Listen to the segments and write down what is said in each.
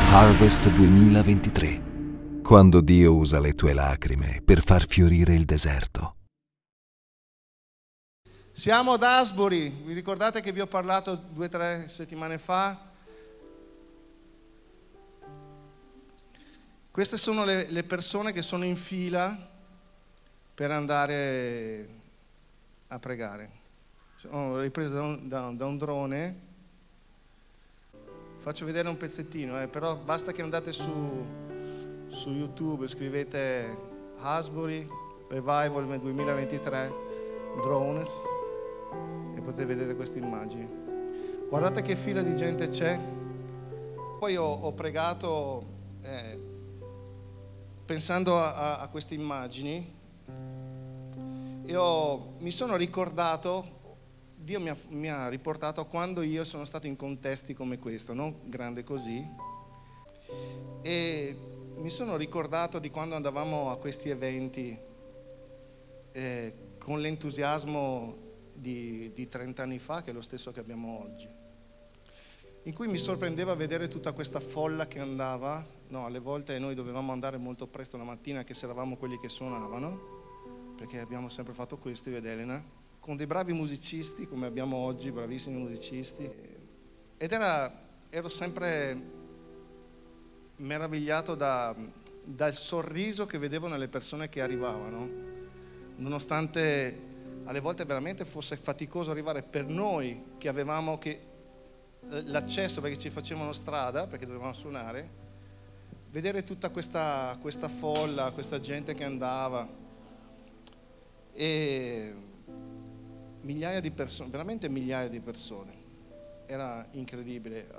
Harvest 2023, quando Dio usa le tue lacrime per far fiorire il deserto. Siamo ad Asbury, vi ricordate che vi ho parlato 2 o 3 settimane fa? Queste sono le persone che sono in fila per andare a pregare. Sono riprese da un drone. Faccio vedere un pezzettino, però basta che andate su YouTube, scrivete Asbury Revival 2023 Drones e potete vedere queste immagini. Guardate che fila di gente c'è. Poi ho pregato pensando a queste immagini e mi sono ricordato, Dio mi ha riportato a quando io sono stato in contesti come questo, non grande così, e mi sono ricordato di quando andavamo a questi eventi con l'entusiasmo di 30 anni fa, che è lo stesso che abbiamo oggi, in cui mi sorprendeva vedere tutta questa folla che andava. No, alle volte noi dovevamo andare molto presto la mattina, anche se eravamo quelli che suonavano, perché abbiamo sempre fatto questo io ed Elena, con dei bravi musicisti come abbiamo oggi, bravissimi musicisti, ed ero sempre meravigliato dal sorriso che vedevo nelle persone che arrivavano, nonostante alle volte veramente fosse faticoso arrivare per noi che avevamo l'accesso, perché ci facevano strada, perché dovevamo suonare, vedere tutta questa folla, questa gente che andava e migliaia di persone, veramente migliaia di persone, era incredibile.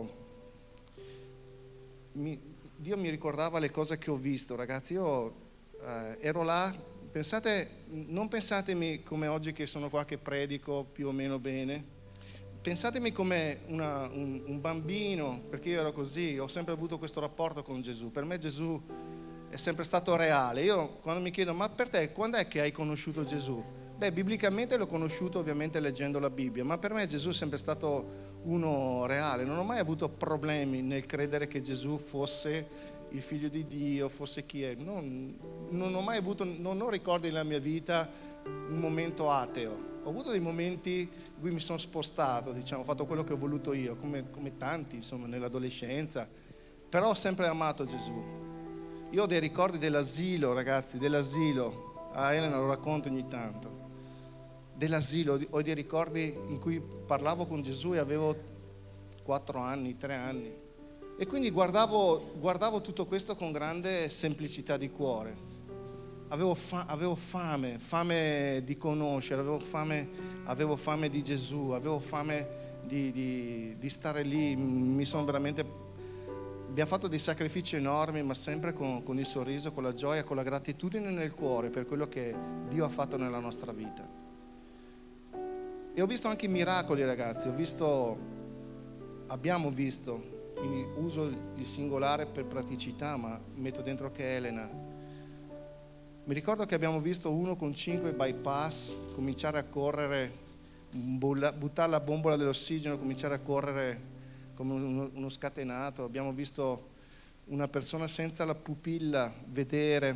Dio mi ricordava le cose che ho visto, ragazzi. Io ero là, non pensatemi come oggi che sono qua che predico più o meno bene, pensatemi come un bambino, perché io ero così, ho sempre avuto questo rapporto con Gesù. Per me Gesù è sempre stato reale. Io quando mi chiedo, ma per te quando è che hai conosciuto Gesù? Biblicamente l'ho conosciuto ovviamente leggendo la Bibbia, ma per me Gesù è sempre stato uno reale. Non ho mai avuto problemi nel credere che Gesù fosse il figlio di Dio, fosse chi è. Non ho mai avuto, non ho ricordi nella mia vita un momento ateo. Ho avuto dei momenti in cui mi sono spostato, ho fatto quello che ho voluto io, come tanti, insomma, nell'adolescenza, però ho sempre amato Gesù. Io ho dei ricordi dell'asilo, ragazzi, dell'asilo. A Elena lo racconto ogni tanto. Dell'asilo, ho dei ricordi in cui parlavo con Gesù e avevo 4 anni, 3 anni, e quindi guardavo tutto questo con grande semplicità di cuore. Avevo fame di conoscere, avevo fame di Gesù, avevo fame di stare lì. Abbiamo fatto dei sacrifici enormi, ma sempre con il sorriso, con la gioia, con la gratitudine nel cuore per quello che Dio ha fatto nella nostra vita. E ho visto anche i miracoli, ragazzi. Abbiamo visto, quindi uso il singolare per praticità, ma metto dentro che Elena. Mi ricordo che abbiamo visto uno con 5 bypass cominciare a correre, buttare la bombola dell'ossigeno, cominciare a correre come uno scatenato. Abbiamo visto una persona senza la pupilla vedere.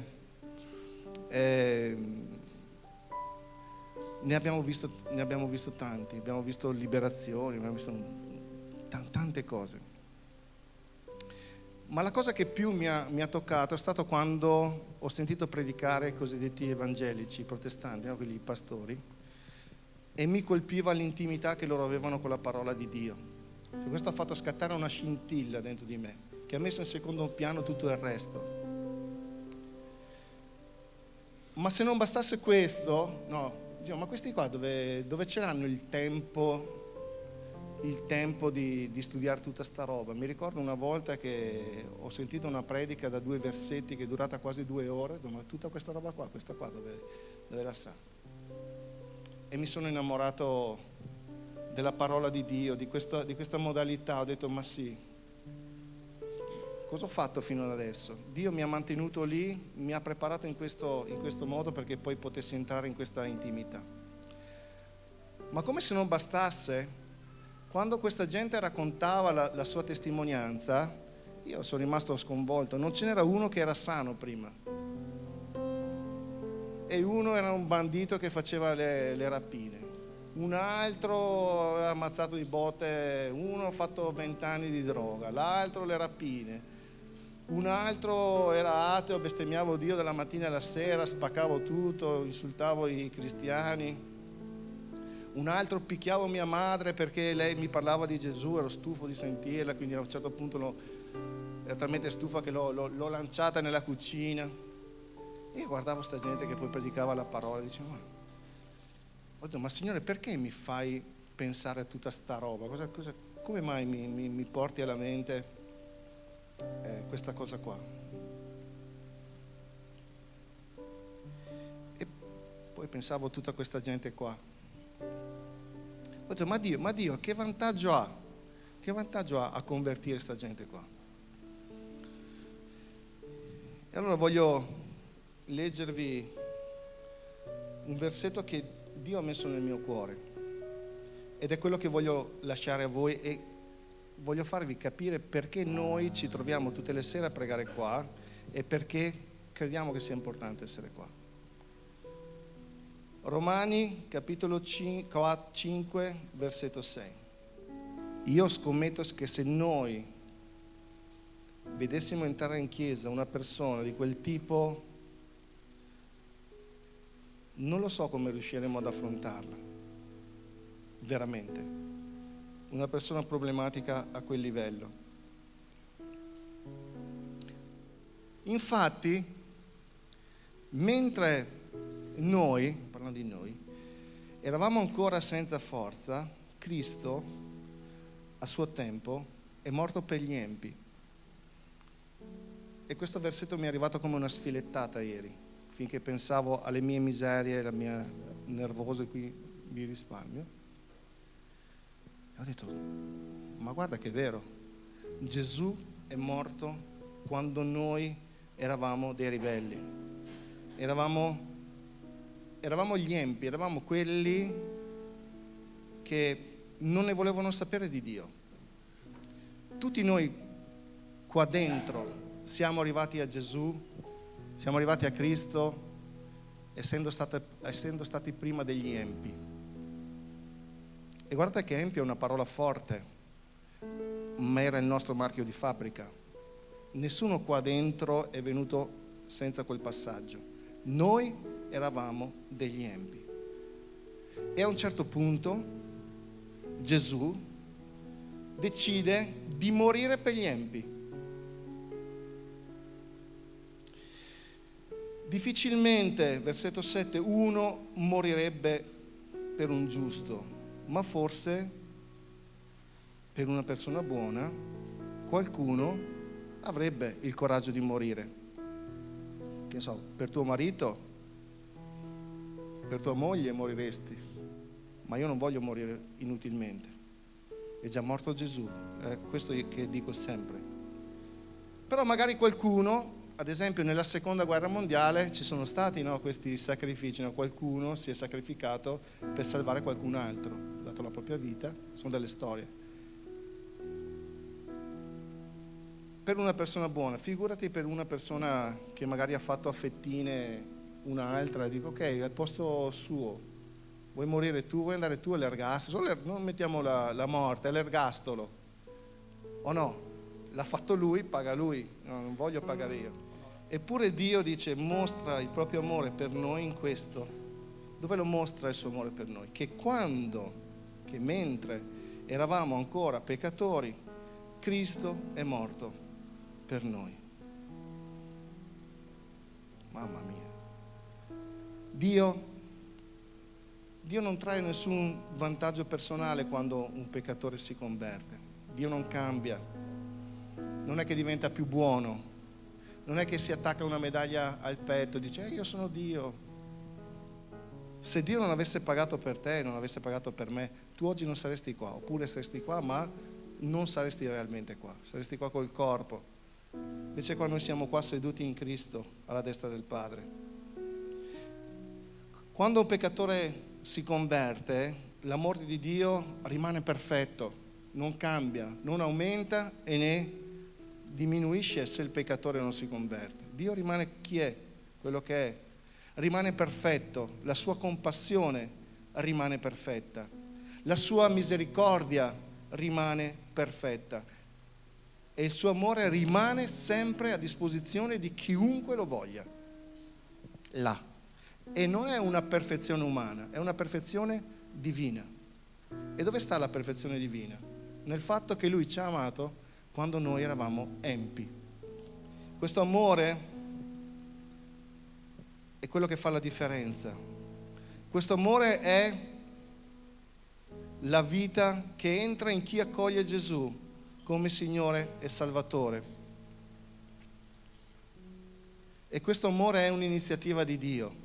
Ne abbiamo visto tanti, abbiamo visto liberazioni, abbiamo visto tante cose. Ma la cosa che più mi ha toccato è stato quando ho sentito predicare i cosiddetti evangelici, protestanti, no? Quelli pastori, e mi colpiva l'intimità che loro avevano con la parola di Dio. E questo ha fatto scattare una scintilla dentro di me, che ha messo in secondo piano tutto il resto. Ma se non bastasse questo, no, ma questi qua dove ce l'hanno il tempo di studiare tutta sta roba? Mi ricordo una volta che ho sentito una predica da 2 versetti che è durata quasi 2 ore, ma tutta questa roba qua, questa qua dove la sa? E mi sono innamorato della parola di Dio, di questa modalità. Ho detto, ma sì, cosa ho fatto fino ad adesso? Dio mi ha mantenuto lì, mi ha preparato in questo modo perché poi potessi entrare in questa intimità. Ma come se non bastasse, quando questa gente raccontava la sua testimonianza, Io sono rimasto sconvolto, non ce n'era uno che era sano prima. E uno era un bandito che faceva le rapine, un altro aveva ammazzato di botte, uno ha fatto 20 anni di droga, l'altro le rapine, un altro era ateo, bestemmiavo Dio dalla mattina alla sera, spaccavo tutto, insultavo i cristiani, un altro picchiavo mia madre perché lei mi parlava di Gesù, ero stufo di sentirla, quindi a un certo punto ero talmente stufa che l'ho lanciata nella cucina. E io guardavo sta gente che poi predicava la parola e dicevo, ma Signore, perché mi fai pensare a tutta sta roba? Come mai mi porti alla mente questa cosa qua? E poi pensavo a tutta questa gente qua. Ho detto, ma Dio, che vantaggio ha? Che vantaggio ha a convertire sta gente qua? E allora voglio leggervi un versetto che Dio ha messo nel mio cuore ed è quello che voglio lasciare a voi e voglio farvi capire perché noi ci troviamo tutte le sere a pregare qua e perché crediamo che sia importante essere qua. Romani capitolo 5 versetto 6. Io scommetto che se noi vedessimo entrare in chiesa una persona di quel tipo, non lo so come riusciremo ad affrontarla, veramente. Una persona problematica a quel livello. Infatti, mentre noi, parlando di noi, eravamo ancora senza forza, Cristo, a suo tempo, è morto per gli empi. E questo versetto mi è arrivato come una sfilettata ieri, finché pensavo alle mie miserie, la mia nervosa, qui mi risparmio. E ho detto, ma guarda che è vero, Gesù è morto quando noi eravamo dei ribelli, eravamo gli empi, eravamo quelli che non ne volevano sapere di Dio. Tutti noi qua dentro siamo arrivati a Gesù, siamo arrivati a Cristo essendo stati prima degli empi. E guardate che empio è una parola forte, ma era il nostro marchio di fabbrica. Nessuno qua dentro è venuto senza quel passaggio. Noi eravamo degli empi. E a un certo punto Gesù decide di morire per gli empi. Difficilmente, versetto 7, uno morirebbe per un giusto, ma forse per una persona buona qualcuno avrebbe il coraggio di morire. Che so, per tuo marito, per tua moglie moriresti, ma io non voglio morire inutilmente. È già morto Gesù, questo che dico sempre. Però magari qualcuno, ad esempio nella seconda guerra mondiale ci sono stati questi sacrifici, qualcuno si è sacrificato per salvare qualcun altro, ha dato la propria vita, sono delle storie. Per una persona buona, figurati per una persona che magari ha fatto a fettine un'altra, dico ok, al posto suo, vuoi morire tu, vuoi andare tu all'ergastolo, non mettiamo la morte, all'ergastolo, o no? L'ha fatto lui, paga lui, no, non voglio pagare io. Eppure Dio dice, mostra il proprio amore per noi in questo. Dove lo mostra il suo amore per noi? Che mentre eravamo ancora peccatori, Cristo è morto per noi. Mamma mia. Dio non trae nessun vantaggio personale quando un peccatore si converte. Dio non cambia. Non è che diventa più buono. Non è che si attacca una medaglia al petto e dice io sono Dio. Se Dio non avesse pagato per te, non avesse pagato per me, tu oggi non saresti qua, oppure saresti qua ma non saresti realmente qua, saresti qua col corpo. Invece qua noi siamo qua seduti in Cristo alla destra del Padre. Quando un peccatore si converte, l'amore di Dio rimane perfetto, non cambia, non aumenta e né diminuisce se il peccatore non si converte. Dio rimane chi è, quello che è, rimane perfetto, la sua compassione rimane perfetta, la sua misericordia rimane perfetta e il suo amore rimane sempre a disposizione di chiunque lo voglia. Là. E non è una perfezione umana, è una perfezione divina. E dove sta la perfezione divina? Nel fatto che Lui ci ha amato quando noi eravamo empi. Questo amore è quello che fa la differenza. Questo amore è la vita che entra in chi accoglie Gesù come Signore e Salvatore. E questo amore è un'iniziativa di Dio.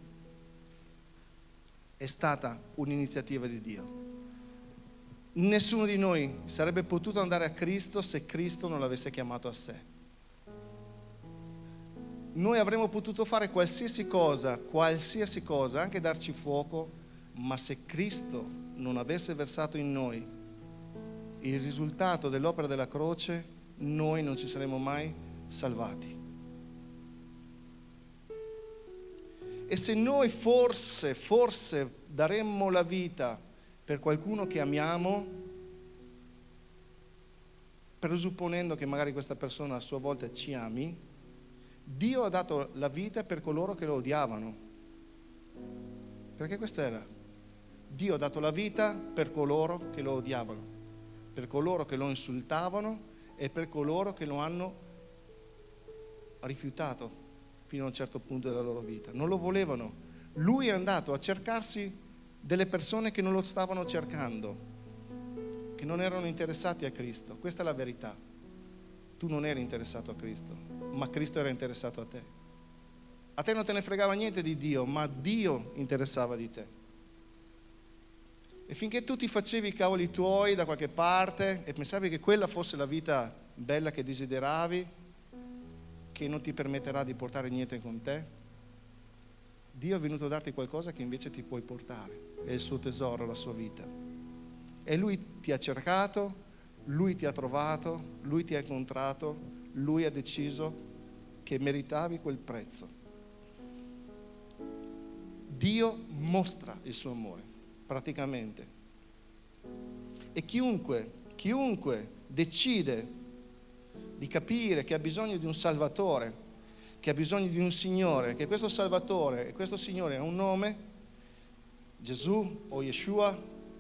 È stata un'iniziativa di Dio. Nessuno di noi sarebbe potuto andare a Cristo se Cristo non l'avesse chiamato a sé. Noi avremmo potuto fare qualsiasi cosa, anche darci fuoco, ma se Cristo non avesse versato in noi il risultato dell'opera della croce, noi non ci saremmo mai salvati. E se noi forse daremmo la vita per qualcuno che amiamo, presupponendo che magari questa persona a sua volta ci ami, Dio ha dato la vita per coloro che lo odiavano. Perché questo era. Dio ha dato la vita per coloro che lo odiavano, per coloro che lo insultavano e per coloro che lo hanno rifiutato fino a un certo punto della loro vita. Non lo volevano. Lui è andato a cercarsi delle persone che non lo stavano cercando, che non erano interessati a Cristo. Questa è la verità. Tu non eri interessato a Cristo, ma Cristo era interessato a te. A te non te ne fregava niente di Dio, ma Dio interessava di te. E finché tu ti facevi i cavoli tuoi da qualche parte e pensavi che quella fosse la vita bella che desideravi, che non ti permetterà di portare niente con te, Dio è venuto a darti qualcosa che invece ti puoi portare. È il suo tesoro, la sua vita. E Lui ti ha cercato, Lui ti ha trovato, Lui ti ha incontrato, Lui ha deciso che meritavi quel prezzo. Dio mostra il suo amore, praticamente. E chiunque decide di capire che ha bisogno di un Salvatore, che ha bisogno di un Signore, che questo Salvatore e questo Signore ha un nome, Gesù o Yeshua,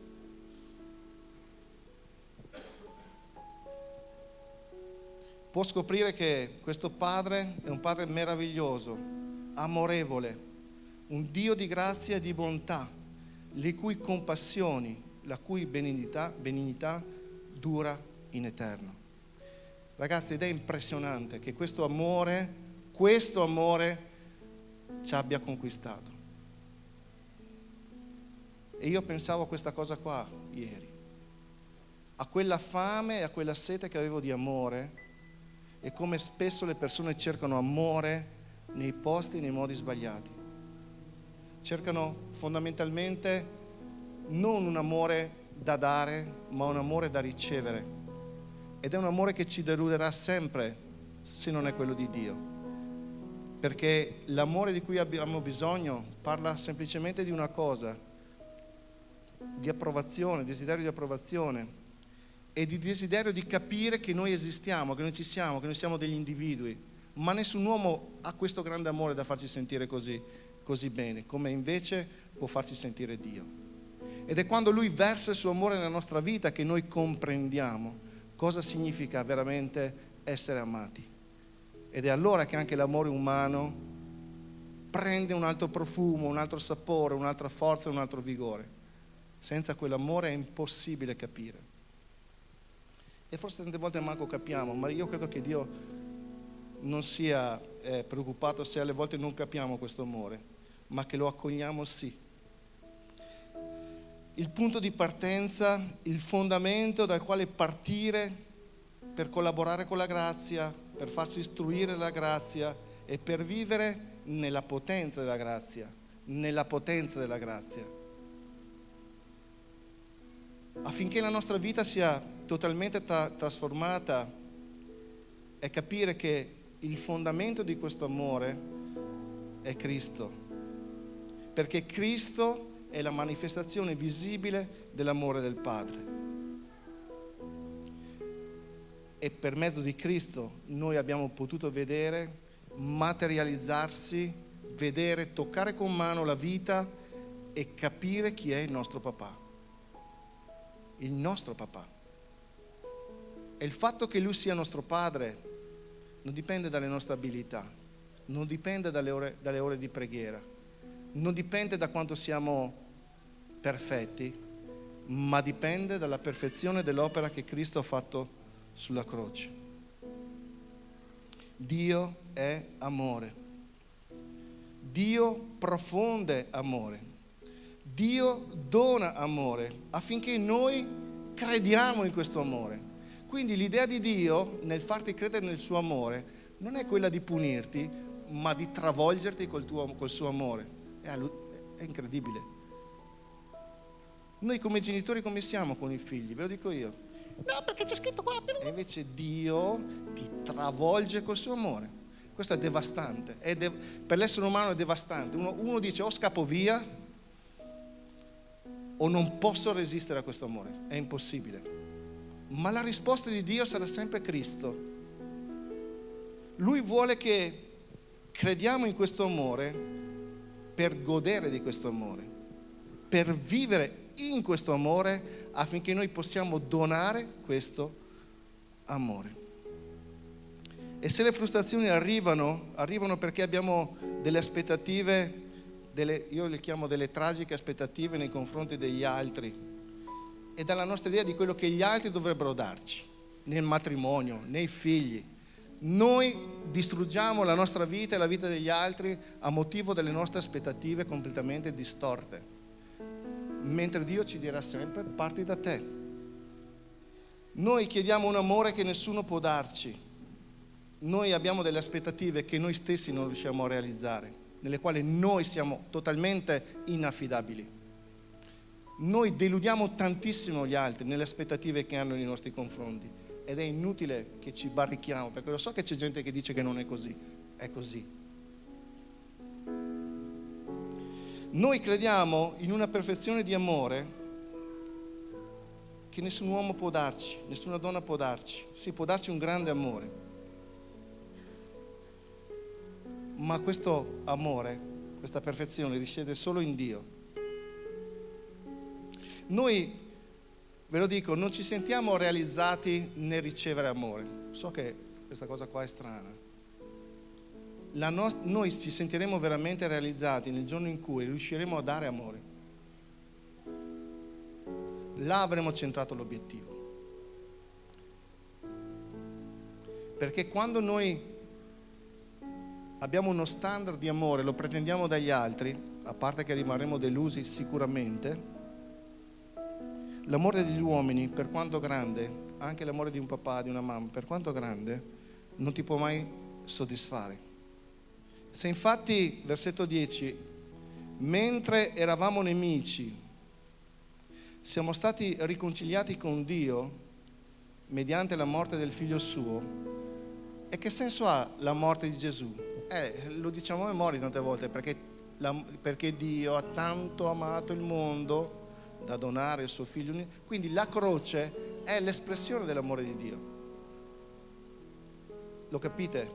può scoprire che questo Padre è un Padre meraviglioso, amorevole, un Dio di grazia e di bontà, le cui compassioni, la cui benignità dura in eterno. Ragazzi, ed è impressionante che questo amore ci abbia conquistato. E io pensavo a questa cosa qua ieri, a quella fame e a quella sete che avevo di amore, e come spesso le persone cercano amore nei posti e nei modi sbagliati. Cercano fondamentalmente non un amore da dare, ma un amore da ricevere. Ed è un amore che ci deluderà sempre se non è quello di Dio. Perché l'amore di cui abbiamo bisogno parla semplicemente di una cosa, di approvazione, desiderio di approvazione e di desiderio di capire che noi esistiamo, che noi ci siamo, che noi siamo degli individui. Ma nessun uomo ha questo grande amore da farci sentire così bene, come invece può farci sentire Dio. Ed è quando Lui versa il suo amore nella nostra vita che noi comprendiamo cosa significa veramente essere amati. Ed è allora che anche l'amore umano prende un altro profumo, un altro sapore, un'altra forza, un altro vigore. Senza quell'amore è impossibile capire. E forse tante volte manco capiamo, ma io credo che Dio non sia preoccupato se alle volte non capiamo questo amore, ma che lo accogliamo sì. Il punto di partenza, il fondamento dal quale partire per collaborare con la grazia, per farsi istruire dalla grazia e per vivere nella potenza della grazia, affinché la nostra vita sia totalmente trasformata è capire che il fondamento di questo amore è Cristo, perché Cristo è la manifestazione visibile dell'amore del Padre. E per mezzo di Cristo noi abbiamo potuto vedere, materializzarsi, vedere, toccare con mano la vita e capire chi è il nostro papà. Il nostro papà. E il fatto che Lui sia nostro Padre non dipende dalle nostre abilità, non dipende dalle ore di preghiera, non dipende da quanto siamo perfetti, ma dipende dalla perfezione dell'opera che Cristo ha fatto sulla croce. Dio è amore. Dio profonde amore. Dio dona amore affinché noi crediamo in questo amore. Quindi l'idea di Dio nel farti credere nel suo amore non è quella di punirti, ma di travolgerti col suo amore. È incredibile. Noi come genitori come siamo con i figli? Ve lo dico io. No, perché c'è scritto qua. E invece Dio ti travolge col suo amore. Questo è devastante. Per l'essere umano è devastante. Uno dice o scappo via o non posso resistere a questo amore. È impossibile. Ma la risposta di Dio sarà sempre Cristo. Lui vuole che crediamo in questo amore per godere di questo amore, per vivere in questo amore affinché noi possiamo donare questo amore. E se le frustrazioni arrivano perché abbiamo delle aspettative, io le chiamo delle tragiche aspettative nei confronti degli altri, e dalla nostra idea di quello che gli altri dovrebbero darci, nel matrimonio, nei figli. Noi distruggiamo la nostra vita e la vita degli altri a motivo delle nostre aspettative completamente distorte. Mentre Dio ci dirà sempre: parti da te. Noi chiediamo un amore che nessuno può darci. Noi abbiamo delle aspettative che noi stessi non riusciamo a realizzare, nelle quali noi siamo totalmente inaffidabili. Noi deludiamo tantissimo gli altri nelle aspettative che hanno nei nostri confronti, ed è inutile che ci barrichiamo, perché lo so che c'è gente che dice che non è così. È così. Noi crediamo in una perfezione di amore che nessun uomo può darci, nessuna donna può darci. Sì, può darci un grande amore, ma questo amore, questa perfezione risiede solo in Dio. Noi, ve lo dico, non ci sentiamo realizzati nel ricevere amore. So che questa cosa qua è strana. Noi ci sentiremo veramente realizzati nel giorno in cui riusciremo a dare amore. Là avremo centrato l'obiettivo. Perché quando noi abbiamo uno standard di amore, lo pretendiamo dagli altri, a parte che rimarremo delusi sicuramente, l'amore degli uomini, per quanto grande, anche l'amore di un papà, di una mamma, per quanto grande, non ti può mai soddisfare. Se infatti, versetto 10, mentre eravamo nemici, siamo stati riconciliati con Dio mediante la morte del figlio suo, e che senso ha la morte di Gesù? Lo diciamo a memoria tante volte, perché Dio ha tanto amato il mondo da donare il suo figlio unico. Quindi la croce è l'espressione dell'amore di Dio. Lo capite?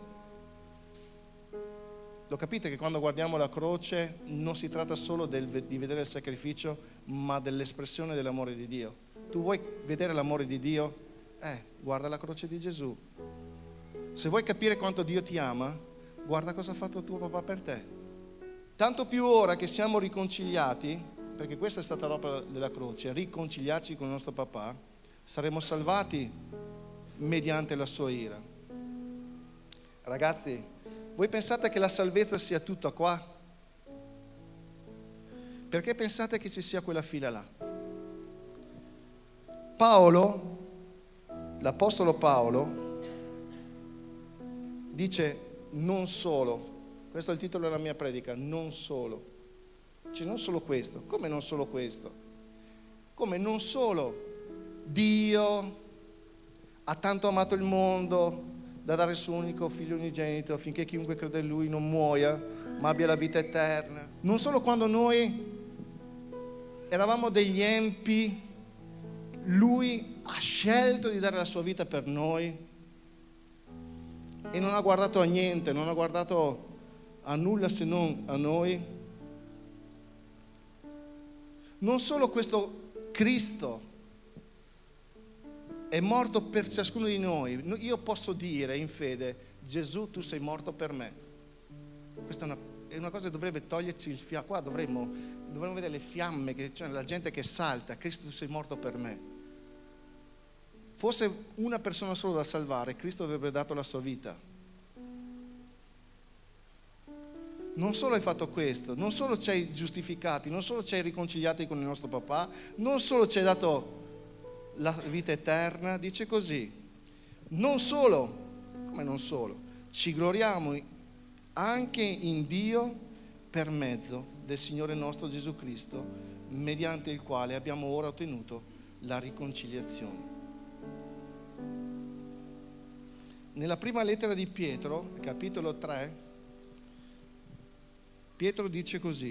Lo capite che quando guardiamo la croce non si tratta solo di vedere il sacrificio, ma dell'espressione dell'amore di Dio. Tu vuoi vedere l'amore di Dio? Guarda la croce di Gesù. Se vuoi capire quanto Dio ti ama, guarda cosa ha fatto tuo papà per te. Tanto più ora che siamo riconciliati, perché questa è stata l'opera della croce, riconciliarci con il nostro papà, saremo salvati mediante la sua ira. Ragazzi, voi pensate che la salvezza sia tutta qua? Perché pensate che ci sia quella fila là? Paolo, l'apostolo Paolo, dice non solo, questo è il titolo della mia predica, non solo. Cioè non solo questo. Come non solo questo? Come non solo Dio ha tanto amato il mondo da dare il suo unico figlio unigenito affinché chiunque crede in lui non muoia, ma abbia la vita eterna. Non solo quando noi eravamo degli empi, lui ha scelto di dare la sua vita per noi e non ha guardato a niente, non ha guardato a nulla se non a noi. Non solo questo Cristo è morto per ciascuno di noi. Io posso dire in fede: Gesù, tu sei morto per me. Questa è una cosa che dovrebbe toglierci il fiato. Qua dovremmo vedere le fiamme, cioè la gente che salta. Cristo, tu sei morto per me. Fosse una persona solo da salvare, Cristo avrebbe dato la sua vita. Non solo hai fatto questo, non solo ci hai giustificati, non solo ci hai riconciliati con il nostro papà, non solo ci hai dato la vita eterna, dice così: non solo, come non solo, ci gloriamo anche in Dio per mezzo del Signore nostro Gesù Cristo, mediante il quale abbiamo ora ottenuto la riconciliazione. Nella prima lettera di Pietro, capitolo 3, Pietro dice così: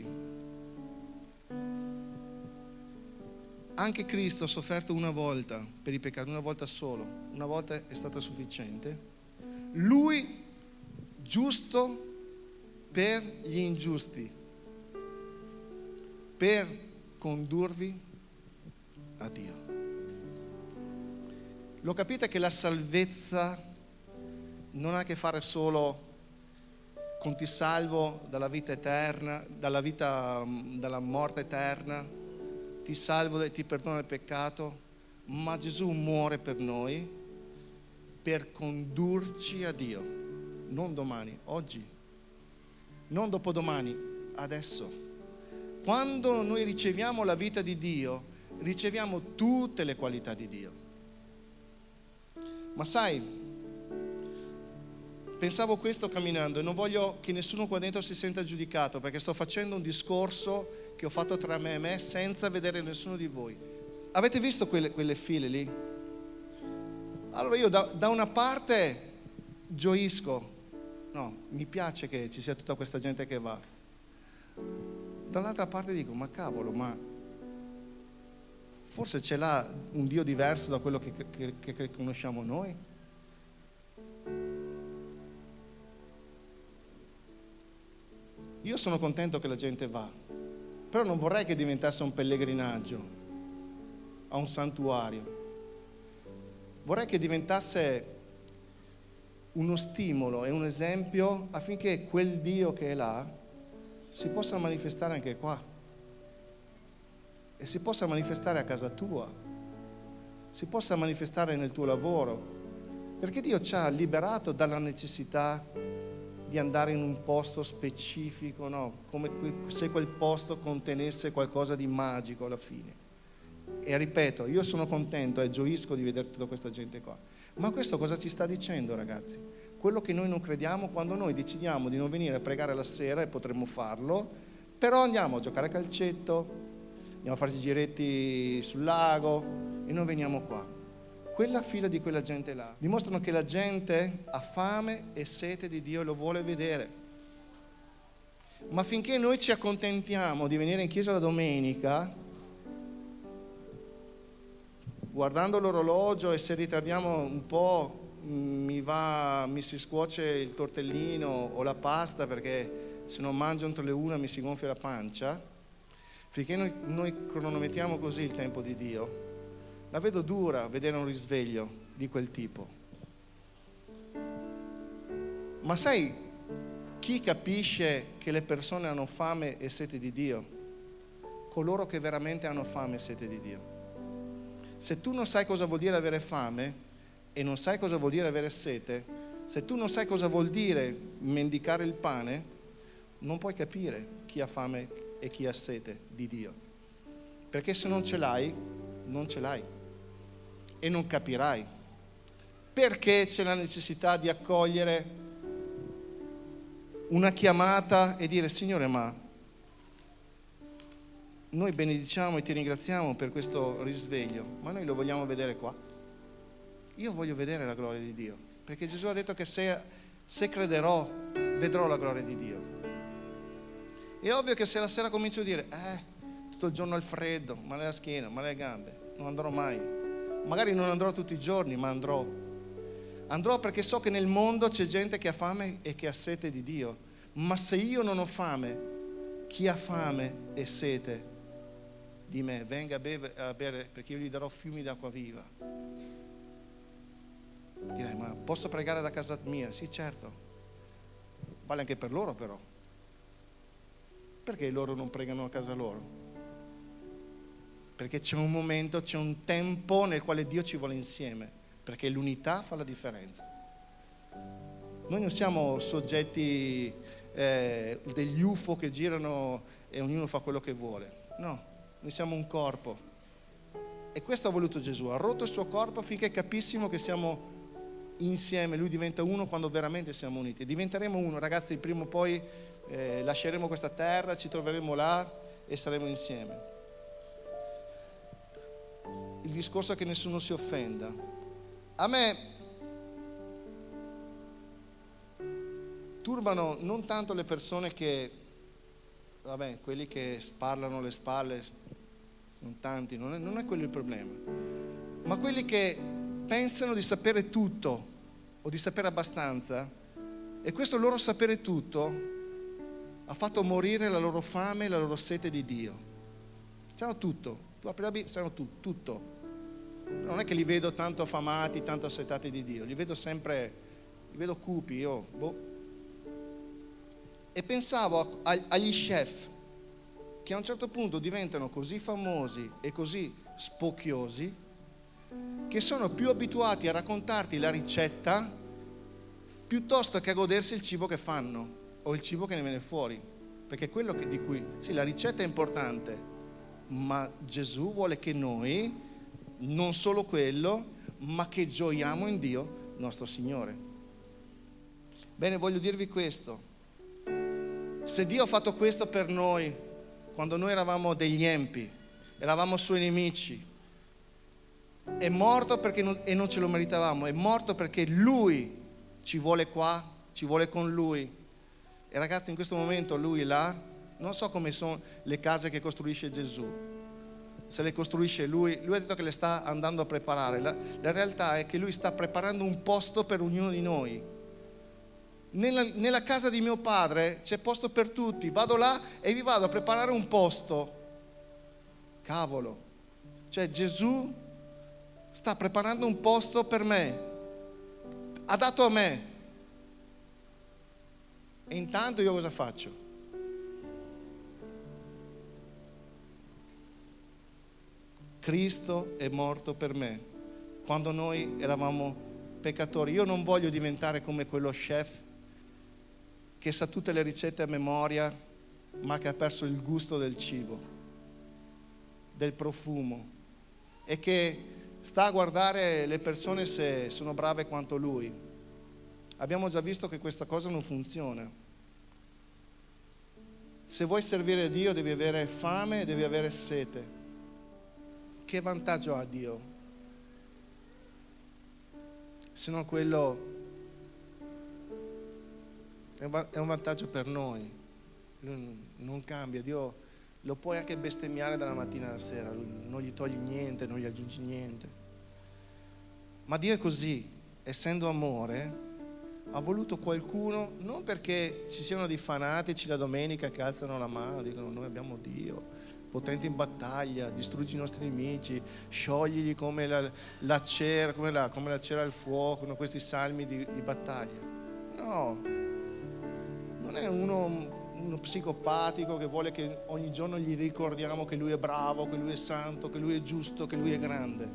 anche Cristo ha sofferto una volta per i peccati, una volta solo, una volta è stata sufficiente. Lui giusto per gli ingiusti, per condurvi a Dio. Lo capite che la salvezza non ha a che fare solo con ti salvo dalla vita eterna, dalla morte eterna, ti salvo e ti perdono il peccato, ma Gesù muore per noi per condurci a Dio, non domani, oggi, non dopodomani, adesso. Quando noi riceviamo la vita di Dio, riceviamo tutte le qualità di Dio. Ma sai, pensavo questo camminando e non voglio che nessuno qua dentro si senta giudicato, perché sto facendo un discorso che ho fatto tra me e me senza vedere nessuno di voi. Avete visto quelle file lì? Allora io da una parte gioisco, no, mi piace che ci sia tutta questa gente che va. Dall'altra parte dico: ma cavolo, ma forse ce l'ha un Dio diverso da quello che conosciamo noi? Io sono contento che la gente va, però non vorrei che diventasse un pellegrinaggio a un santuario. Vorrei che diventasse uno stimolo e un esempio affinché quel Dio che è là si possa manifestare anche qua e si possa manifestare a casa tua, si possa manifestare nel tuo lavoro, perché Dio ci ha liberato dalla necessità di andare in un posto specifico, no? Come se quel posto contenesse qualcosa di magico alla fine. E ripeto, io sono contento e gioisco di vedere tutta questa gente qua. Ma questo cosa ci sta dicendo, ragazzi? Quello che noi non crediamo quando noi decidiamo di non venire a pregare la sera, e potremmo farlo, però andiamo a giocare a calcetto, andiamo a farci giretti sul lago e non veniamo qua. Quella fila di quella gente là dimostrano che la gente ha fame e sete di Dio e lo vuole vedere. Ma finché noi ci accontentiamo di venire in chiesa la domenica, guardando l'orologio, e se ritardiamo un po' mi si scuoce il tortellino o la pasta, perché se non mangio entro le 1 mi si gonfia la pancia, finché noi cronometriamo così il tempo di Dio, la vedo dura vedere un risveglio di quel tipo. Ma sai chi capisce che le persone hanno fame e sete di Dio? Coloro che veramente hanno fame e sete di Dio. Se tu non sai cosa vuol dire avere fame e non sai cosa vuol dire avere sete, se tu non sai cosa vuol dire mendicare il pane, non puoi capire chi ha fame e chi ha sete di Dio. Perché se non ce l'hai, non ce l'hai. E non capirai perché c'è la necessità di accogliere una chiamata e dire: Signore, ma noi benediciamo e ti ringraziamo per questo risveglio, ma noi lo vogliamo vedere qua. Io voglio vedere la gloria di Dio. Perché Gesù ha detto che se crederò, vedrò la gloria di Dio. È ovvio che se la sera comincio a dire tutto il giorno al freddo, male alla schiena, male alle gambe, non andrò mai. Magari non andrò tutti i giorni, ma andrò perché so che nel mondo c'è gente che ha fame e che ha sete di Dio. Ma se io non ho fame, chi ha fame e sete di me venga a bere, perché io gli darò fiumi d'acqua viva. Direi, ma posso pregare da casa mia? Sì, certo, vale anche per loro. Però perché loro non pregano a casa loro? Perché c'è un momento, c'è un tempo nel quale Dio ci vuole insieme, perché l'unità fa la differenza. Noi non siamo soggetti degli UFO che girano e ognuno fa quello che vuole. No, noi siamo un corpo, e questo ha voluto Gesù. Ha rotto il suo corpo affinché capissimo che siamo insieme. Lui diventa uno quando veramente siamo uniti, e diventeremo uno, ragazzi. Prima o poi lasceremo questa terra, ci troveremo là e saremo insieme. Il discorso è che nessuno si offenda. A me turbano non tanto le persone che, quelli che parlano alle spalle, sono tanti, non è quello il problema, ma quelli che pensano di sapere tutto o di sapere abbastanza, e questo loro sapere tutto ha fatto morire la loro fame e la loro sete di Dio. Sanno tutto, tu apri la Bibbia, sanno tutto. Però non è che li vedo tanto affamati, tanto assetati di Dio, li vedo sempre, li vedo cupi, E pensavo agli chef che a un certo punto diventano così famosi e così spocchiosi che sono più abituati a raccontarti la ricetta piuttosto che a godersi il cibo che fanno o il cibo che ne viene fuori. Perché quello di cui, sì, la ricetta è importante, ma Gesù vuole che noi, non solo quello, ma che gioiamo in Dio nostro Signore. Bene, voglio dirvi questo: se Dio ha fatto questo per noi quando noi eravamo degli empi, eravamo suoi nemici, è morto perché e non ce lo meritavamo, è morto perché Lui ci vuole qua, ci vuole con Lui. E ragazzi, in questo momento Lui è là. Non so come sono le case che costruisce Gesù, se le costruisce Lui ha detto che le sta andando a preparare. La realtà è che Lui sta preparando un posto per ognuno di noi. Nella casa di mio padre c'è posto per tutti. Vado là e vi vado a preparare un posto. Cavolo, cioè Gesù sta preparando un posto per me, ha dato a me, e intanto io cosa faccio? Cristo è morto per me quando noi eravamo peccatori. Io non voglio diventare come quello chef che sa tutte le ricette a memoria, ma che ha perso il gusto del cibo, del profumo, e che sta a guardare le persone se sono brave quanto lui. Abbiamo già visto che questa cosa non funziona. Se vuoi servire Dio devi avere fame e devi avere sete. Che vantaggio ha Dio? Se non quello, è un vantaggio per noi. Lui non cambia. Dio lo puoi anche bestemmiare dalla mattina alla sera, lui non gli togli niente, non gli aggiungi niente. Ma Dio è così, essendo amore, ha voluto qualcuno, non perché ci siano dei fanatici la domenica che alzano la mano, dicono noi abbiamo Dio, potente in battaglia, distruggi i nostri nemici, scioglili come la cera, come la cera al fuoco, questi salmi di battaglia. No, non è uno psicopatico che vuole che ogni giorno gli ricordiamo che lui è bravo, che lui è santo, che lui è giusto, che lui è grande.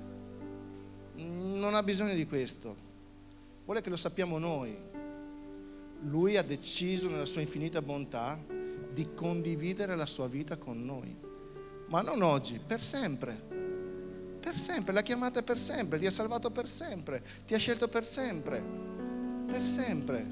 Non ha bisogno di questo. Vuole che lo sappiamo noi. Lui ha deciso nella sua infinita bontà di condividere la sua vita con noi. Ma non oggi, per sempre. Per sempre, l'ha chiamata per sempre, ti ha salvato per sempre, ti ha scelto per sempre. Per sempre.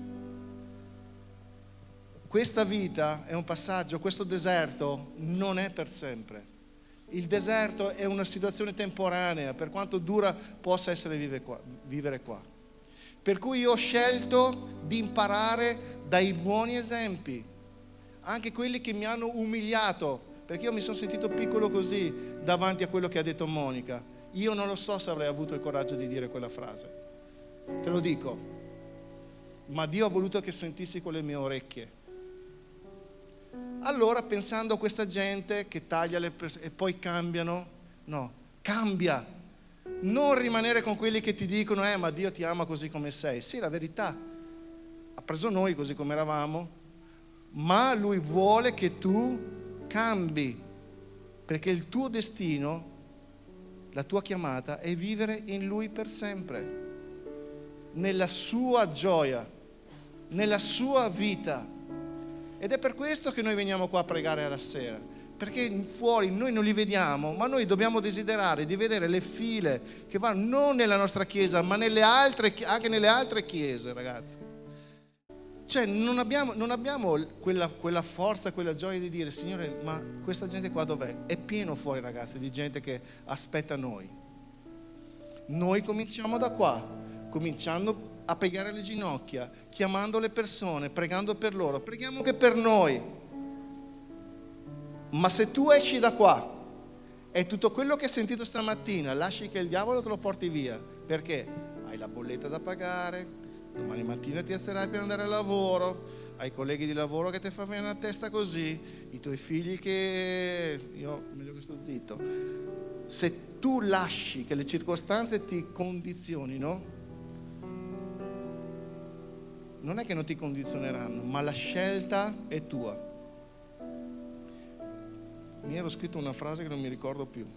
Questa vita è un passaggio, questo deserto non è per sempre. Il deserto è una situazione temporanea, per quanto dura possa essere vivere qua. Per cui io ho scelto di imparare dai buoni esempi, anche quelli che mi hanno umiliato, perché io mi sono sentito piccolo così davanti a quello che ha detto Monica. Io non lo so se avrei avuto il coraggio di dire quella frase, te lo dico, ma Dio ha voluto che sentissi con le mie orecchie. Allora, pensando a questa gente che taglia le persone e poi cambiano, no, cambia. Non rimanere con quelli che ti dicono ma Dio ti ama così come sei. Sì, la verità, ha preso noi così come eravamo, ma Lui vuole che tu cambi, perché il tuo destino, la tua chiamata è vivere in Lui per sempre, nella sua gioia, nella sua vita. Ed è per questo che noi veniamo qua a pregare alla sera, perché fuori noi non li vediamo, ma noi dobbiamo desiderare di vedere le file che vanno non nella nostra chiesa, ma anche nelle altre chiese, ragazzi. Cioè non abbiamo quella forza, quella gioia di dire: Signore, ma questa gente qua dov'è? È pieno fuori, ragazzi, di gente che aspetta noi. Noi cominciamo da qua, cominciando a piegare le ginocchia, chiamando le persone, pregando per loro, preghiamo anche per noi. Ma se tu esci da qua e tutto quello che hai sentito stamattina lasci che il diavolo te lo porti via, perché hai la bolletta da pagare, domani mattina ti alzerai per andare al lavoro, hai colleghi di lavoro che ti fanno venire la testa così, i tuoi figli che... io meglio che sto zitto. Se tu lasci che le circostanze ti condizionino, non è che non ti condizioneranno, ma la scelta è tua. Mi ero scritto una frase che non mi ricordo più.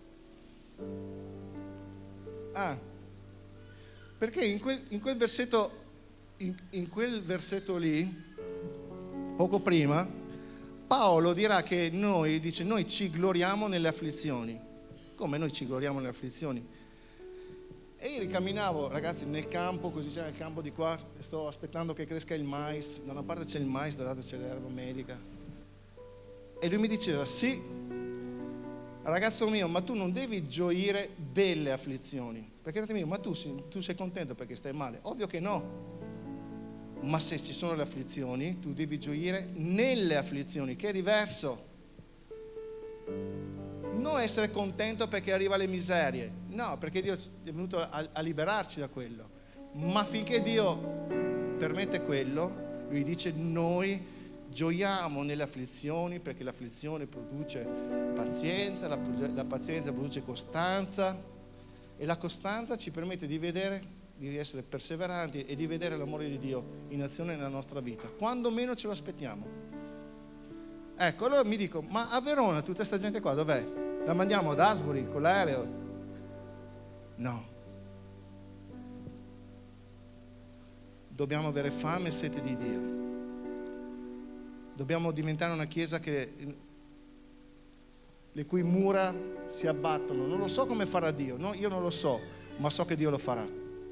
Perché in quel versetto lì, poco prima, Paolo dirà che noi ci gloriamo nelle afflizioni. Come noi ci gloriamo nelle afflizioni? E io camminavo, ragazzi, nel campo, così c'era il campo di qua, sto aspettando che cresca il mais, da una parte c'è il mais, dall'altra c'è l'erba medica. E lui mi diceva: sì, ragazzo mio, ma tu non devi gioire delle afflizioni, perché ma tu sei contento perché stai male? Ovvio che no, ma se ci sono le afflizioni tu devi gioire nelle afflizioni, che è diverso. Non essere contento perché arriva le miserie, no, perché Dio è venuto a liberarci da quello, ma finché Dio permette quello, lui dice: noi gioiamo nelle afflizioni, perché l'afflizione produce pazienza, la pazienza produce costanza, e la costanza ci permette di essere perseveranti e di vedere l'amore di Dio in azione nella nostra vita, quando meno ce lo aspettiamo. Ecco, allora mi dico: ma a Verona tutta questa gente qua dov'è? La mandiamo ad Asbury con l'aereo? No. Dobbiamo avere fame e sete di Dio. Dobbiamo diventare una chiesa le cui mura si abbattono. Non lo so come farà Dio, no? Io non lo so, ma so che Dio lo farà.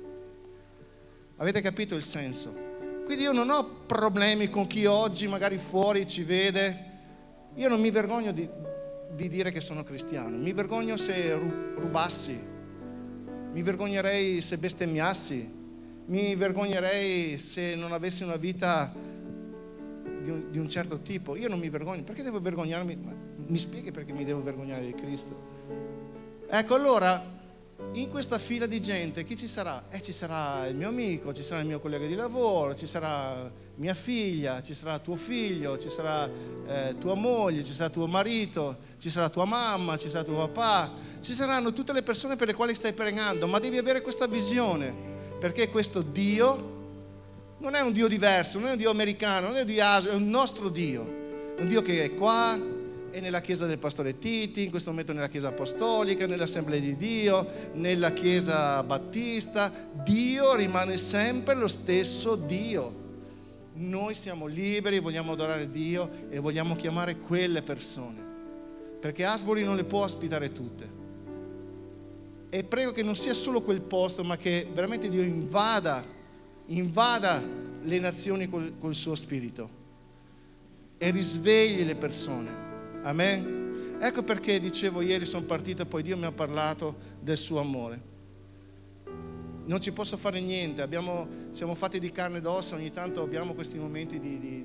Avete capito il senso? Quindi io non ho problemi con chi oggi magari fuori ci vede. Io non mi vergogno di dire che sono cristiano. Mi vergogno se rubassi, mi vergognerei se bestemmiassi, mi vergognerei se non avessi una vita di un certo tipo. Io non mi vergogno. Perché devo vergognarmi? Mi spieghi perché mi devo vergognare di Cristo? Ecco, allora in questa fila di gente chi ci sarà? Ci sarà il mio amico, ci sarà il mio collega di lavoro, ci sarà mia figlia, ci sarà tuo figlio, ci sarà tua moglie, ci sarà tuo marito, ci sarà tua mamma, ci sarà tuo papà, ci saranno tutte le persone per le quali stai pregando. Ma devi avere questa visione, perché questo Dio non è un Dio diverso, non è un Dio americano, non è un Dio Asia, è un nostro Dio. È un Dio che è qua, è nella chiesa del pastore Titi, in questo momento nella chiesa apostolica, nell'assemblea di Dio, nella chiesa battista. Dio rimane sempre lo stesso Dio. Noi siamo liberi, vogliamo adorare Dio e vogliamo chiamare quelle persone, perché Asbury non le può ospitare tutte. E prego che non sia solo quel posto, ma che veramente Dio invada le nazioni col suo spirito e risvegli le persone. Amen. Ecco perché dicevo ieri, sono partito e poi Dio mi ha parlato del suo amore. non ci posso fare niente, siamo fatti di carne ed ossa, ogni tanto abbiamo questi momenti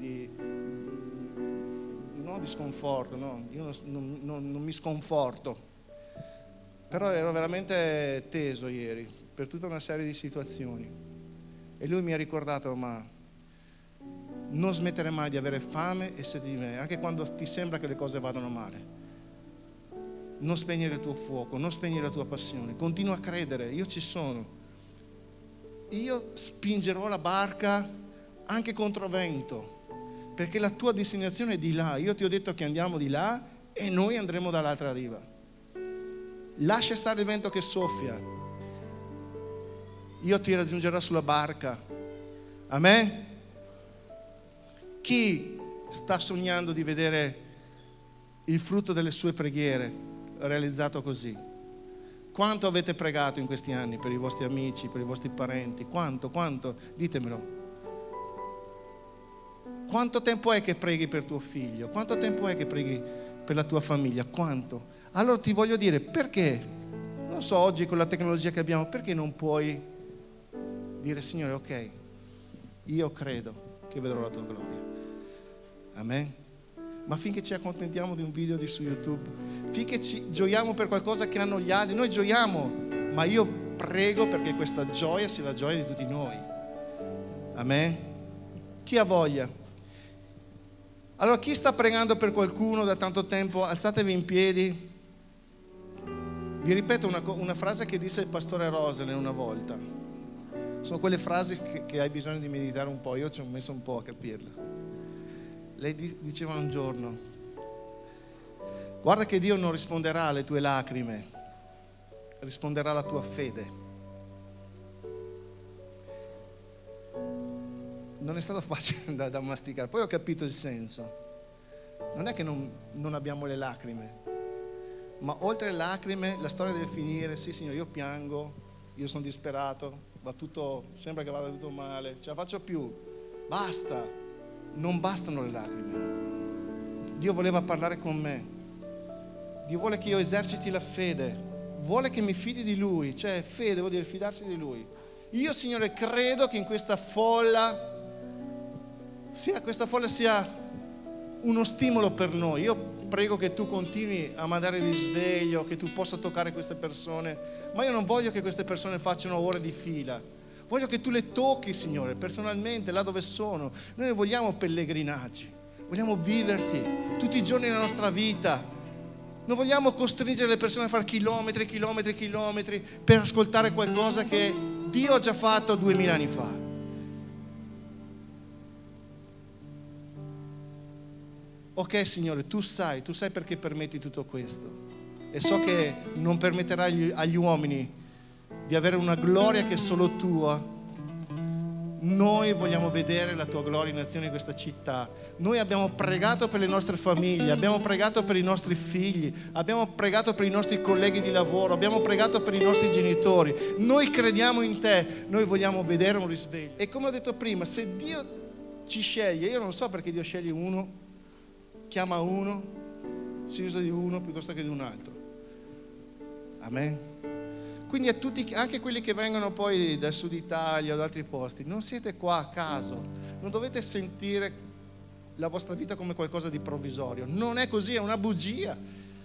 non di sconforto, no? Io non mi sconforto, però ero veramente teso ieri per tutta una serie di situazioni e lui mi ha ricordato: ma non smettere mai di avere fame e sete di me, anche quando ti sembra che le cose vadano male. Non spegnere il tuo fuoco, non spegnere la tua passione, continua a credere, io ci sono, io spingerò la barca anche contro vento, perché la tua destinazione è di là. Io ti ho detto che andiamo di là e noi andremo dall'altra riva. Lascia stare il vento che soffia, io ti raggiungerò sulla barca. Amen. Chi sta sognando di vedere il frutto delle sue preghiere realizzato così? Quanto avete pregato in questi anni per i vostri amici, per i vostri parenti? Quanto? Ditemelo. Quanto tempo è che preghi per tuo figlio? Quanto tempo è che preghi per la tua famiglia? Quanto? Allora ti voglio dire, perché, non so, oggi con la tecnologia che abbiamo, perché non puoi dire: Signore, ok, io credo che vedrò la tua gloria. Amen. Ma finché ci accontentiamo di un video su YouTube, finché ci gioiamo per qualcosa che hanno gli altri, noi gioiamo, ma io prego perché questa gioia sia la gioia di tutti noi. Amen. Chi ha voglia? Allora, chi sta pregando per qualcuno da tanto tempo, alzatevi in piedi. Vi ripeto una frase che disse il pastore Rosalind una volta. Sono quelle frasi che hai bisogno di meditare un po', io ci ho messo un po' a capirla. Lei diceva un giorno: guarda che Dio non risponderà alle tue lacrime, risponderà alla tua fede. Non è stato facile da masticare, poi ho capito il senso. Non è che non abbiamo le lacrime, ma oltre le lacrime la storia deve finire. Sì, Signore, io piango, io sono disperato, sembra che vada tutto male, ce la faccio più, basta. Non bastano le lacrime. Dio voleva parlare con me. Dio vuole che io eserciti la fede, vuole che mi fidi di Lui. Cioè, fede vuol dire fidarsi di Lui. Io, Signore, credo che in questa folla sia uno stimolo per noi. Io prego che Tu continui a mandare il risveglio, che Tu possa toccare queste persone, ma io non voglio che queste persone facciano ore di fila. Voglio che Tu le tocchi, Signore, personalmente, là dove sono. Noi non vogliamo pellegrinaggi, vogliamo viverti tutti i giorni della nostra vita. Non vogliamo costringere le persone a fare chilometri per ascoltare qualcosa che Dio ha già fatto 2000 anni fa. Ok, Signore, Tu sai perché permetti tutto questo. E so che non permetterai agli uomini di avere una gloria che è solo Tua. Noi vogliamo vedere la Tua gloria in azione in questa città. Noi abbiamo pregato per le nostre famiglie, abbiamo pregato per i nostri figli, abbiamo pregato per i nostri colleghi di lavoro, abbiamo pregato per i nostri genitori. Noi crediamo in Te, noi vogliamo vedere un risveglio. E come ho detto prima, se Dio ci sceglie, io non so perché Dio sceglie uno, chiama uno, si usa di uno piuttosto che di un altro. Amen. Quindi a tutti, anche quelli che vengono poi dal sud Italia o da altri posti, non siete qua a caso, non dovete sentire la vostra vita come qualcosa di provvisorio. Non è così, è una bugia.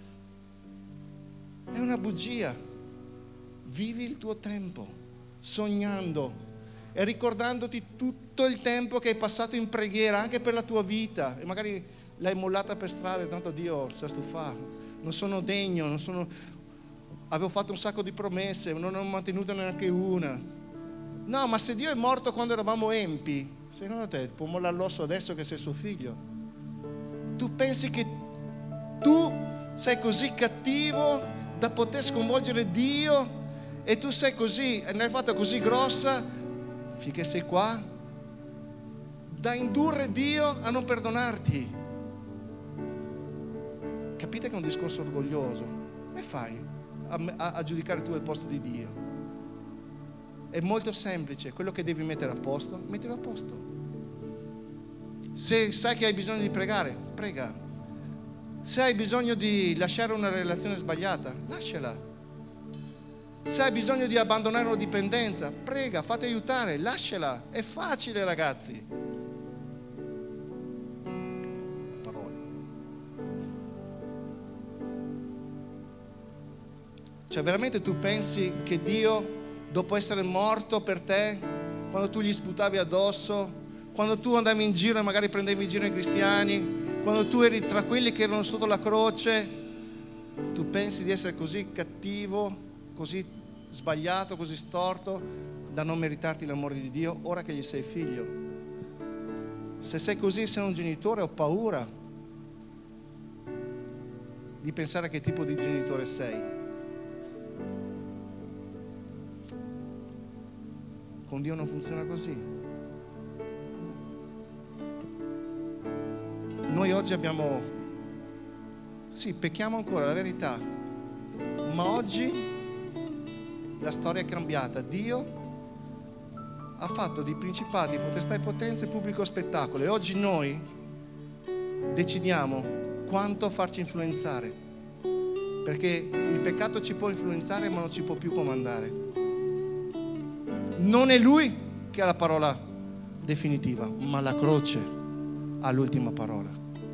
È una bugia. Vivi il tuo tempo sognando e ricordandoti tutto il tempo che hai passato in preghiera, anche per la tua vita, e magari l'hai mollata per strada e tanto Dio si è stufato. Non sono degno, avevo fatto un sacco di promesse, non ne ho mantenuta neanche una. No, ma se Dio è morto quando eravamo empi, secondo te può mollare l'osso adesso che sei suo figlio? Tu pensi che tu sei così cattivo da poter sconvolgere Dio e tu sei così, ne hai fatta così grossa finché sei qua da indurre Dio a non perdonarti? Capite che è un discorso orgoglioso? Come fai a giudicare tu al posto di Dio? È molto semplice. Quello che devi mettere a posto, mettilo a posto. Se sai che hai bisogno di pregare, prega. Se hai bisogno di lasciare una relazione sbagliata, lasciala. Se hai bisogno di abbandonare una dipendenza, prega, fate aiutare, lasciala. È facile, ragazzi. Parole. Cioè, veramente tu pensi che Dio, dopo essere morto per te, quando tu gli sputavi addosso, quando tu andavi in giro e magari prendevi in giro i cristiani, quando tu eri tra quelli che erano sotto la croce, tu pensi di essere così cattivo, così sbagliato, così storto da non meritarti l'amore di Dio ora che gli sei figlio? Se sei così, sei un genitore, ho paura di pensare che tipo di genitore sei. Con Dio non funziona così. Noi oggi pecchiamo ancora, la verità, ma oggi la storia è cambiata. Dio ha fatto di principati, potestà e potenze pubblico spettacolo, e oggi noi decidiamo quanto farci influenzare, perché il peccato ci può influenzare ma non ci può più comandare. Non è lui che ha la parola definitiva, ma la croce ha l'ultima parola.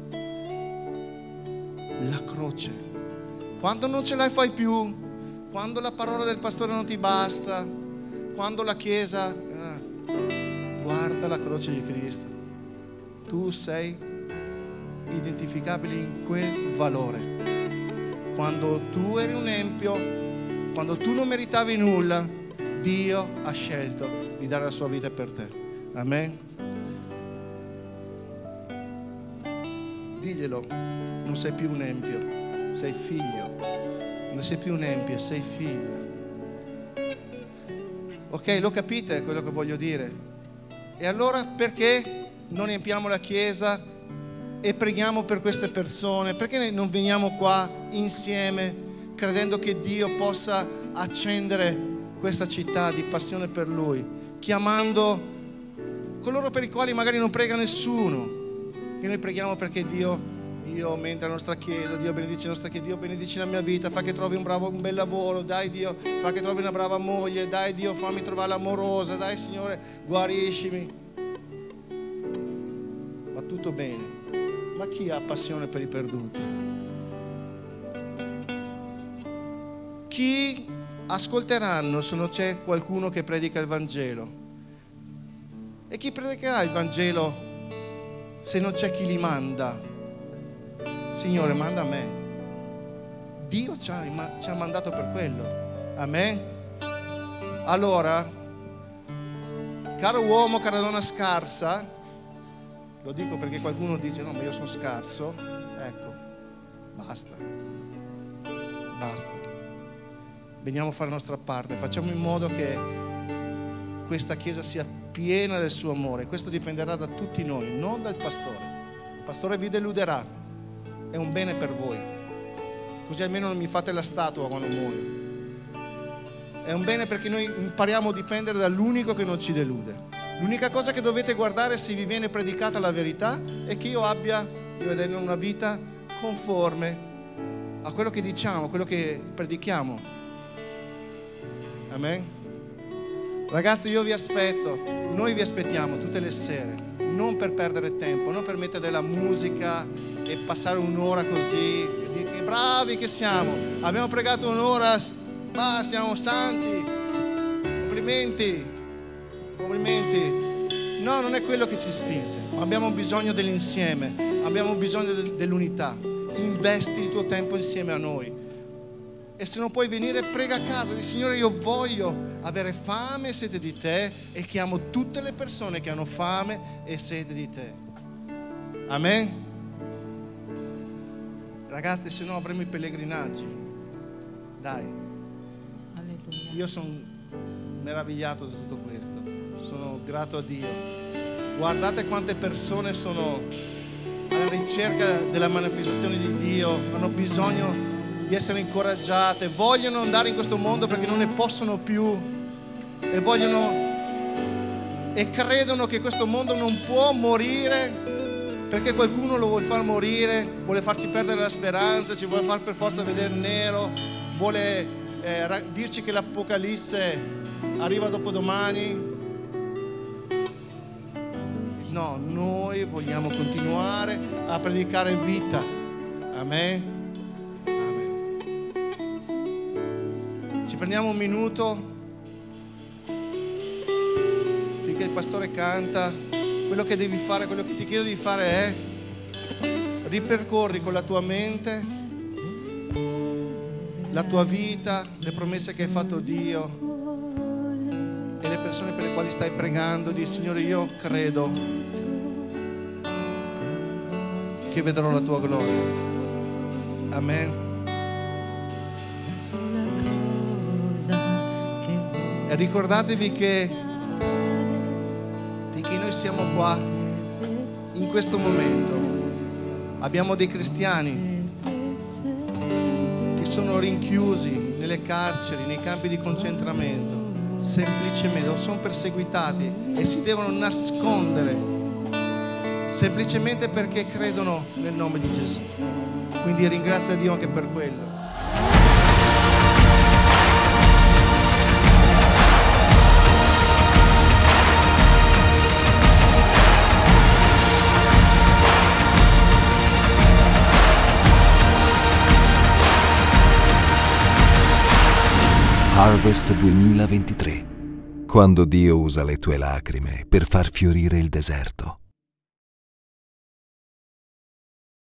La croce. Quando non ce la fai più, quando la parola del pastore non ti basta, quando la chiesa, guarda la croce di Cristo. Tu sei identificabile in quel valore. Quando tu eri un empio, quando tu non meritavi nulla, Dio ha scelto di dare la sua vita per te. Amen. Diglielo, non sei più un empio, sei figlio. Non sei più un empio, sei figlia. Ok, lo capite quello che voglio dire? E allora perché non riempiamo la chiesa e preghiamo per queste persone? Perché non veniamo qua insieme credendo che Dio possa accendere questa città di passione per Lui, chiamando coloro per i quali magari non prega nessuno, che noi preghiamo perché Dio aumenta la nostra chiesa, Dio benedice la nostra chiesa, Dio benedice la mia vita, fa che trovi un bel lavoro, dai Dio, fa che trovi una brava moglie, dai Dio, fammi trovare l'amorosa, dai Signore, guariscimi. Va tutto bene, ma chi ha passione per i perduti? Chi ascolteranno se non c'è qualcuno che predica il Vangelo? E chi predicherà il Vangelo se non c'è chi li manda? Signore, manda a me. Dio ci ha mandato per quello. Amen. Allora, caro uomo, cara donna scarsa, lo dico perché qualcuno dice no, ma io sono scarso. Ecco, basta. Veniamo a fare la nostra parte, facciamo in modo che questa chiesa sia piena del suo amore. Questo dipenderà da tutti noi, non dal pastore. Il pastore vi deluderà, è un bene per voi, così almeno non mi fate la statua quando muoio. È un bene perché noi impariamo a dipendere dall'unico che non ci delude. L'unica cosa che dovete guardare se vi viene predicata la verità è che io abbia una vita conforme a quello che diciamo, a quello che predichiamo. Amen. Ragazzi, io vi aspetto, noi vi aspettiamo tutte le sere, non per perdere tempo, non per mettere della musica e passare un'ora così e dire che bravi che siamo, abbiamo pregato un'ora, siamo santi, complimenti. No, non è quello che ci spinge, ma abbiamo bisogno dell'insieme, abbiamo bisogno dell'unità. Investi il tuo tempo insieme a noi. E se non puoi venire, prega a casa, di Signore, io voglio avere fame e sete di te, e chiamo tutte le persone che hanno fame e sete di te. Amen. Ragazzi, se no avremo i pellegrinaggi. Dai. Alleluia. Io sono meravigliato di tutto questo, sono grato a Dio. Guardate quante persone sono alla ricerca della manifestazione di Dio, hanno bisogno di essere incoraggiate, vogliono andare in questo mondo perché non ne possono più e credono che questo mondo non può morire perché qualcuno lo vuole far morire, vuole farci perdere la speranza, ci vuole far per forza vedere nero, vuole dirci che l'Apocalisse arriva dopodomani. No, noi vogliamo continuare a predicare vita. Amen. Amen. Ci prendiamo un minuto finché il pastore canta. Quello che devi fare, quello che ti chiedo di fare è ripercorri con la tua mente la tua vita, le promesse che hai fatto Dio e le persone per le quali stai pregando. Di Signore, io credo che vedrò la tua gloria. Amen. E ricordatevi che finché noi siamo qua in questo momento abbiamo dei cristiani che sono rinchiusi nelle carceri, nei campi di concentramento, semplicemente o sono perseguitati e si devono nascondere semplicemente perché credono nel nome di Gesù. Quindi ringrazia Dio anche per quello. Harvest 2023, quando Dio usa le tue lacrime per far fiorire il deserto.